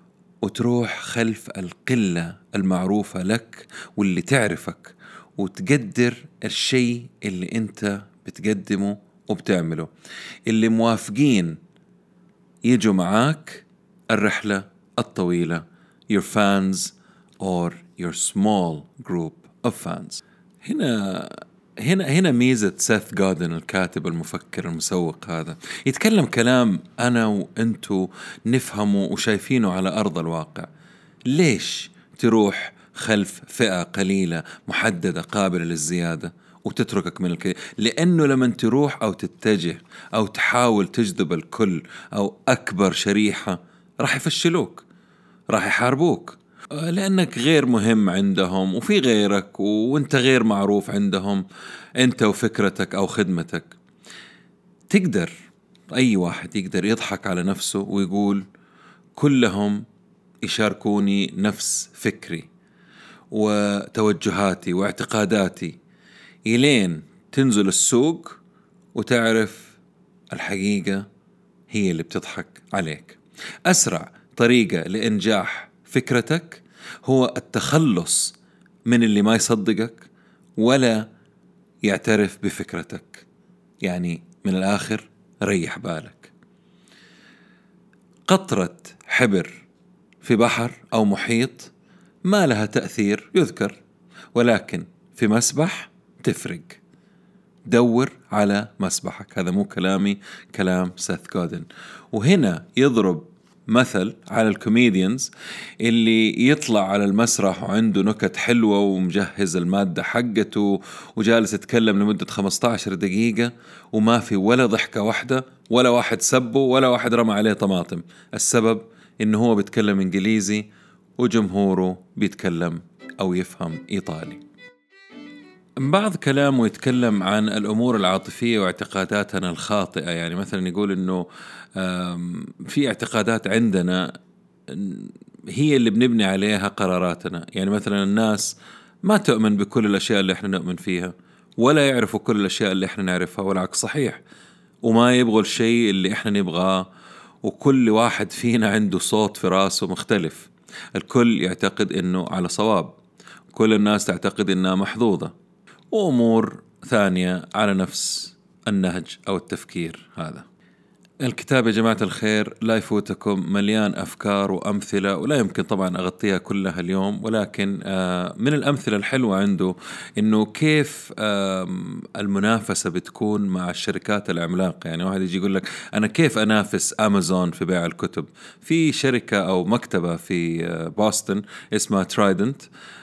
A: وتروح خلف القلة المعروفة لك واللي تعرفك وتقدر الشيء اللي انت بتقدمه وبتعمله، اللي موافقين يجوا معاك الرحلة الطويلة. your fans or your small group of fans. هنا هنا هنا ميزة سيث جودن الكاتب المفكر المسوق، هذا يتكلم كلام أنا وأنتو نفهمه وشايفينه على أرض الواقع. ليش تروح خلف فئة قليلة محددة قابلة للزيادة وتتركك من الكل؟ لأنه لما تروح أو تتجه أو تحاول تجذب الكل أو أكبر شريحة راح يفشلوك، راح يحاربوك، لأنك غير مهم عندهم وفي غيرك وانت غير معروف عندهم، انت وفكرتك أو خدمتك. تقدر أي واحد يقدر يضحك على نفسه ويقول كلهم يشاركوني نفس فكري وتوجهاتي واعتقاداتي، إلين تنزل السوق وتعرف الحقيقة هي اللي بتضحك عليك. أسرع طريقة لإنجاح فكرتك هو التخلص من اللي ما يصدقك ولا يعترف بفكرتك. يعني من الآخر ريح بالك. قطرة حبر في بحر أو محيط ما لها تأثير يذكر، ولكن في مسبح تفرق. دور على مسبحك. هذا مو كلامي، كلام سيث جودن. وهنا يضرب مثل على الكوميديانز اللي يطلع على المسرح وعنده نكت حلوة ومجهز المادة حقته وجالس يتكلم لمدة خمسة عشر دقيقة وما في ولا ضحكة واحدة ولا واحد سبه ولا واحد رمى عليه طماطم. السبب إنه هو بيتكلم إنجليزي وجمهوره بيتكلم أو يفهم إيطالي. بعض كلامه يتكلم عن الأمور العاطفية واعتقاداتنا الخاطئة. يعني مثلا يقول إنه في اعتقادات عندنا هي اللي بنبني عليها قراراتنا. يعني مثلا الناس ما تؤمن بكل الأشياء اللي احنا نؤمن فيها ولا يعرفوا كل الأشياء اللي احنا نعرفها، والعكس صحيح، وما يبغوا الشيء اللي احنا نبغاه. وكل واحد فينا عنده صوت في راسه مختلف. الكل يعتقد إنه على صواب، كل الناس تعتقد إنها محظوظة، وأمور ثانية على نفس النهج أو التفكير هذا. الكتاب يا جماعة الخير لا يفوتكم، مليان أفكار وأمثلة، ولا يمكن طبعا أغطيها كلها اليوم، ولكن من الأمثلة الحلوة عنده إنه كيف المنافسة بتكون مع الشركات العملاقة. يعني واحد يجي يقول لك أنا كيف أنافس أمازون في بيع الكتب. في شركة أو مكتبة في بوسطن اسمها ترايدنت،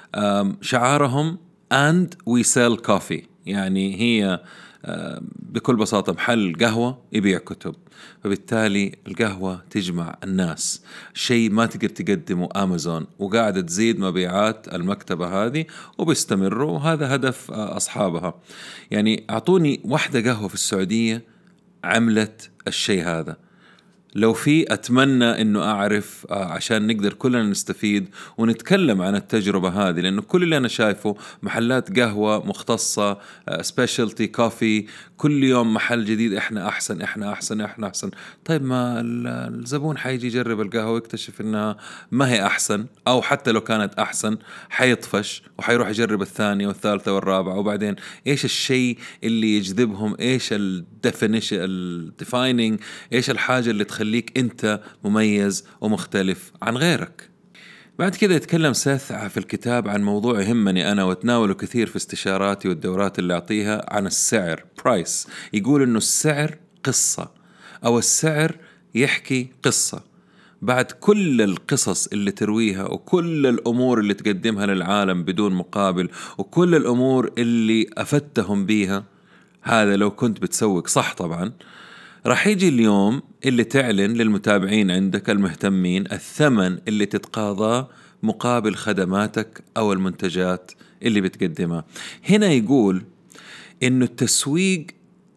A: شعارهم and we sell coffee. يعني هي بكل بساطة محل قهوة يبيع كتب، فبالتالي القهوة تجمع الناس، شيء ما تقدر تقدمه أمازون، وقاعدة تزيد مبيعات المكتبة هذه وبيستمروا، وهذا هدف أصحابها. يعني أعطوني واحدة قهوة في السعودية عملت الشيء هذا. لو في أتمنى أنه أعرف عشان نقدر كلنا نستفيد ونتكلم عن التجربة هذه، لأنه كل اللي أنا شايفه محلات قهوة مختصة، سبيشالتي كوفي، كل يوم محل جديد، إحنا أحسن إحنا أحسن إحنا أحسن. طيب ما الزبون حيجي يجرب القهوة ويكتشف إنها ما هي أحسن، أو حتى لو كانت أحسن حيطفش وحيروح يجرب الثانية والثالثة والرابعة. وبعدين إيش الشيء اللي يجذبهم؟ إيش الديفينيشن الديفاينينج؟ إيش الحاجة اللي تخليك أنت مميز ومختلف عن غيرك؟ بعد كده يتكلم سيث في الكتاب عن موضوع يهمني أنا واتناوله كثير في استشاراتي والدورات اللي أعطيها، عن السعر، برايس. يقول إنه السعر قصة، أو السعر يحكي قصة. بعد كل القصص اللي ترويها وكل الأمور اللي تقدمها للعالم بدون مقابل وكل الأمور اللي أفدتهم بيها، هذا لو كنت بتسوق صح طبعا، راح يجي اليوم اللي تعلن للمتابعين عندك المهتمين الثمن اللي تتقاضاه مقابل خدماتك أو المنتجات اللي بتقدمها. هنا يقول إنه التسويق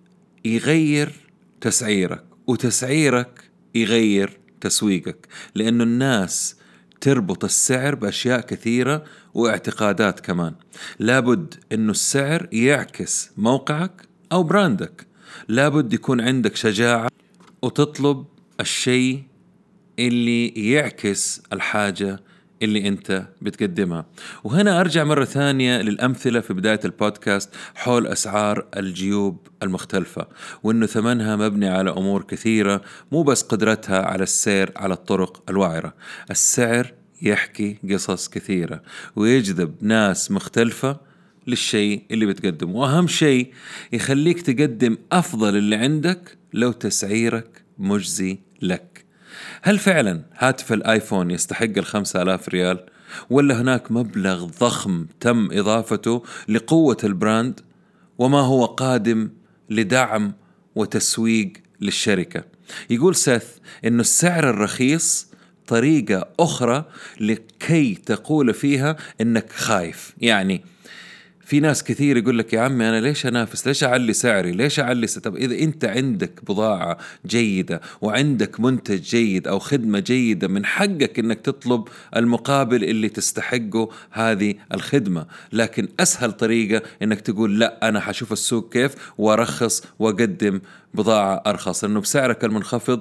A: يغير تسعيرك، وتسعيرك يغير تسويقك، لأنه الناس تربط السعر بأشياء كثيرة واعتقادات كمان. لابد إنه السعر يعكس موقعك أو براندك. لابد يكون عندك شجاعة وتطلب الشيء اللي يعكس الحاجة اللي أنت بتقدمها. وهنا أرجع مرة ثانية للأمثلة في بداية البودكاست حول أسعار الجيوب المختلفة، وأنه ثمنها مبني على أمور كثيرة، مو بس قدرتها على السير على الطرق الوعرة. السعر يحكي قصص كثيرة ويجذب ناس مختلفة للشيء اللي بتقدمه. وأهم شيء يخليك تقدم أفضل اللي عندك لو تسعيرك مجزي لك. هل فعلا هاتف الآيفون يستحق الخمسة آلاف ريال، ولا هناك مبلغ ضخم تم إضافته لقوة البراند وما هو قادم لدعم وتسويق للشركة؟ يقول سيث إنه السعر الرخيص طريقة أخرى لكي تقول فيها إنك خايف. يعني في ناس كثير يقول لك يا عمي أنا ليش أنافس، ليش أعلي سعري، ليش أعلي س... طب إذا أنت عندك بضاعة جيدة وعندك منتج جيد أو خدمة جيدة، من حقك إنك تطلب المقابل اللي تستحقه هذه الخدمة. لكن أسهل طريقة إنك تقول لا، أنا حشوف السوق كيف وأرخص وأقدم بضاعة أرخص، لأنه بسعرك المنخفض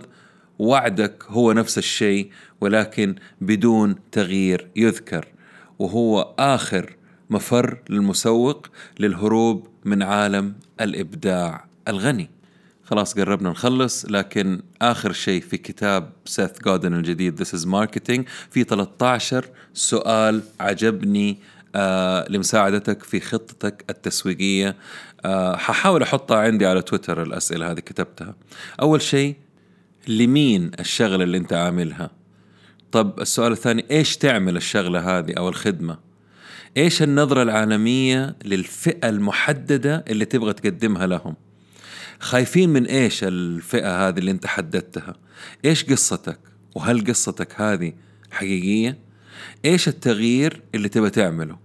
A: وعدك هو نفس الشيء ولكن بدون تغيير يذكر، وهو آخر مفر للمسوق للهروب من عالم الإبداع الغني. خلاص قربنا نخلص، لكن آخر شيء في كتاب سيث جودن الجديد This is Marketing في ثلاثة عشر سؤال عجبني آه لمساعدتك في خطتك التسويقية. آه ححاول أحطها عندي على تويتر الأسئلة هذه كتبتها. أول شيء، لمين الشغلة اللي أنت عاملها؟ طب السؤال الثاني، إيش تعمل الشغلة هذه أو الخدمة؟ إيش النظرة العالمية للفئة المحددة اللي تبغى تقدمها لهم؟ خايفين من إيش الفئة هذه اللي أنت حددتها؟ إيش قصتك؟ وهل قصتك هذه حقيقية؟ إيش التغيير اللي تبغى تعمله؟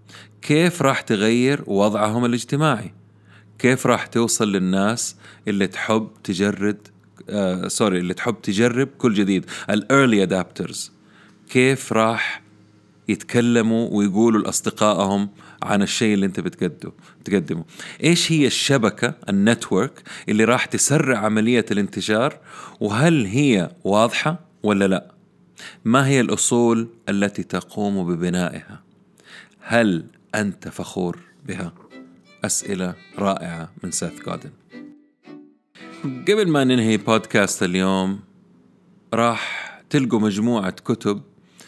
A: كيف راح تغير وضعهم الاجتماعي؟ كيف راح توصل للناس اللي تحب تجرد آه سوري اللي تحب تجرب كل جديد، الأيرلي أدابترز؟ كيف راح يتكلموا ويقولوا لأصدقائهم عن الشيء اللي انت بتقدمه تقدمه؟ ايش هي الشبكة النتورك اللي راح تسرع عملية الانتشار؟ وهل هي واضحة ولا لا؟ ما هي الأصول التي تقوم ببنائها؟ هل أنت فخور بها؟ أسئلة رائعة من سيث جودن. قبل ما ننهي بودكاست اليوم، راح تلقوا مجموعة كتب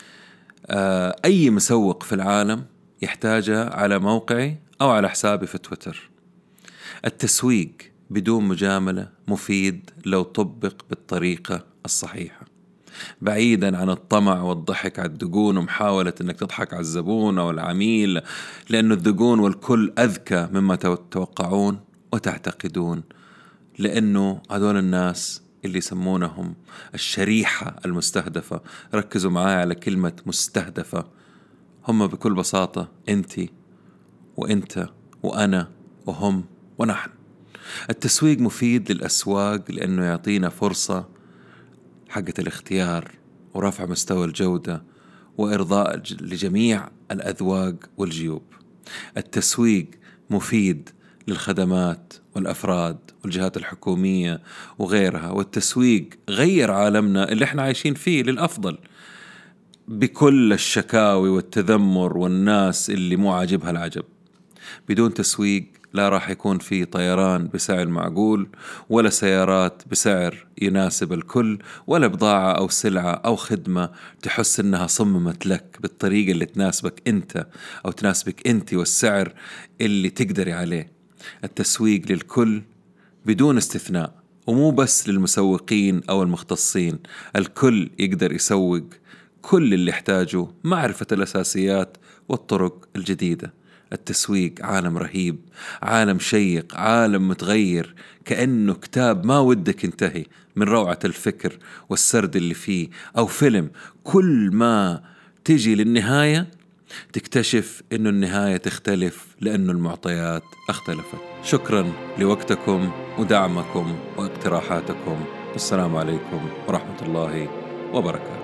A: أي مسوق في العالم يحتاجها على موقعي أو على حسابي في تويتر. التسويق بدون مجاملة مفيد لو طبق بالطريقة الصحيحة، بعيدا عن الطمع والضحك على الدقون ومحاولة أنك تضحك على الزبون أو العميل، لأن الدقون والكل أذكى مما تتوقعون وتعتقدون، لأنه هذول الناس اللي يسمونهم الشريحة المستهدفة، ركزوا معايا على كلمة مستهدفة، هم بكل بساطة أنت وأنت وأنا وهم ونحن. التسويق مفيد للأسواق لأنه يعطينا فرصة حقة الاختيار ورفع مستوى الجودة وإرضاء ج- لجميع الأذواق والجيوب. التسويق مفيد للخدمات والأفراد والجهات الحكومية وغيرها، والتسويق غير عالمنا اللي احنا عايشين فيه للأفضل، بكل الشكاوي والتذمر والناس اللي مو عاجبها العجب. بدون تسويق لا راح يكون في طيران بسعر معقول، ولا سيارات بسعر يناسب الكل، ولا بضاعة أو سلعة أو خدمة تحس إنها صممت لك بالطريقة اللي تناسبك أنت أو تناسبك أنت والسعر اللي تقدري عليه. التسويق للكل بدون استثناء، ومو بس للمسوقين أو المختصين، الكل يقدر يسوق كل اللي يحتاجه معرفة الأساسيات والطرق الجديدة. التسويق عالم رهيب، عالم شيق، عالم متغير، كأنه كتاب ما ودك ينتهي من روعة الفكر والسرد اللي فيه، أو فيلم كل ما تجي للنهاية تكتشف إنه النهاية تختلف لأنه المعطيات اختلفت. شكرا لوقتكم ودعمكم واقتراحاتكم. السلام عليكم ورحمة الله وبركاته.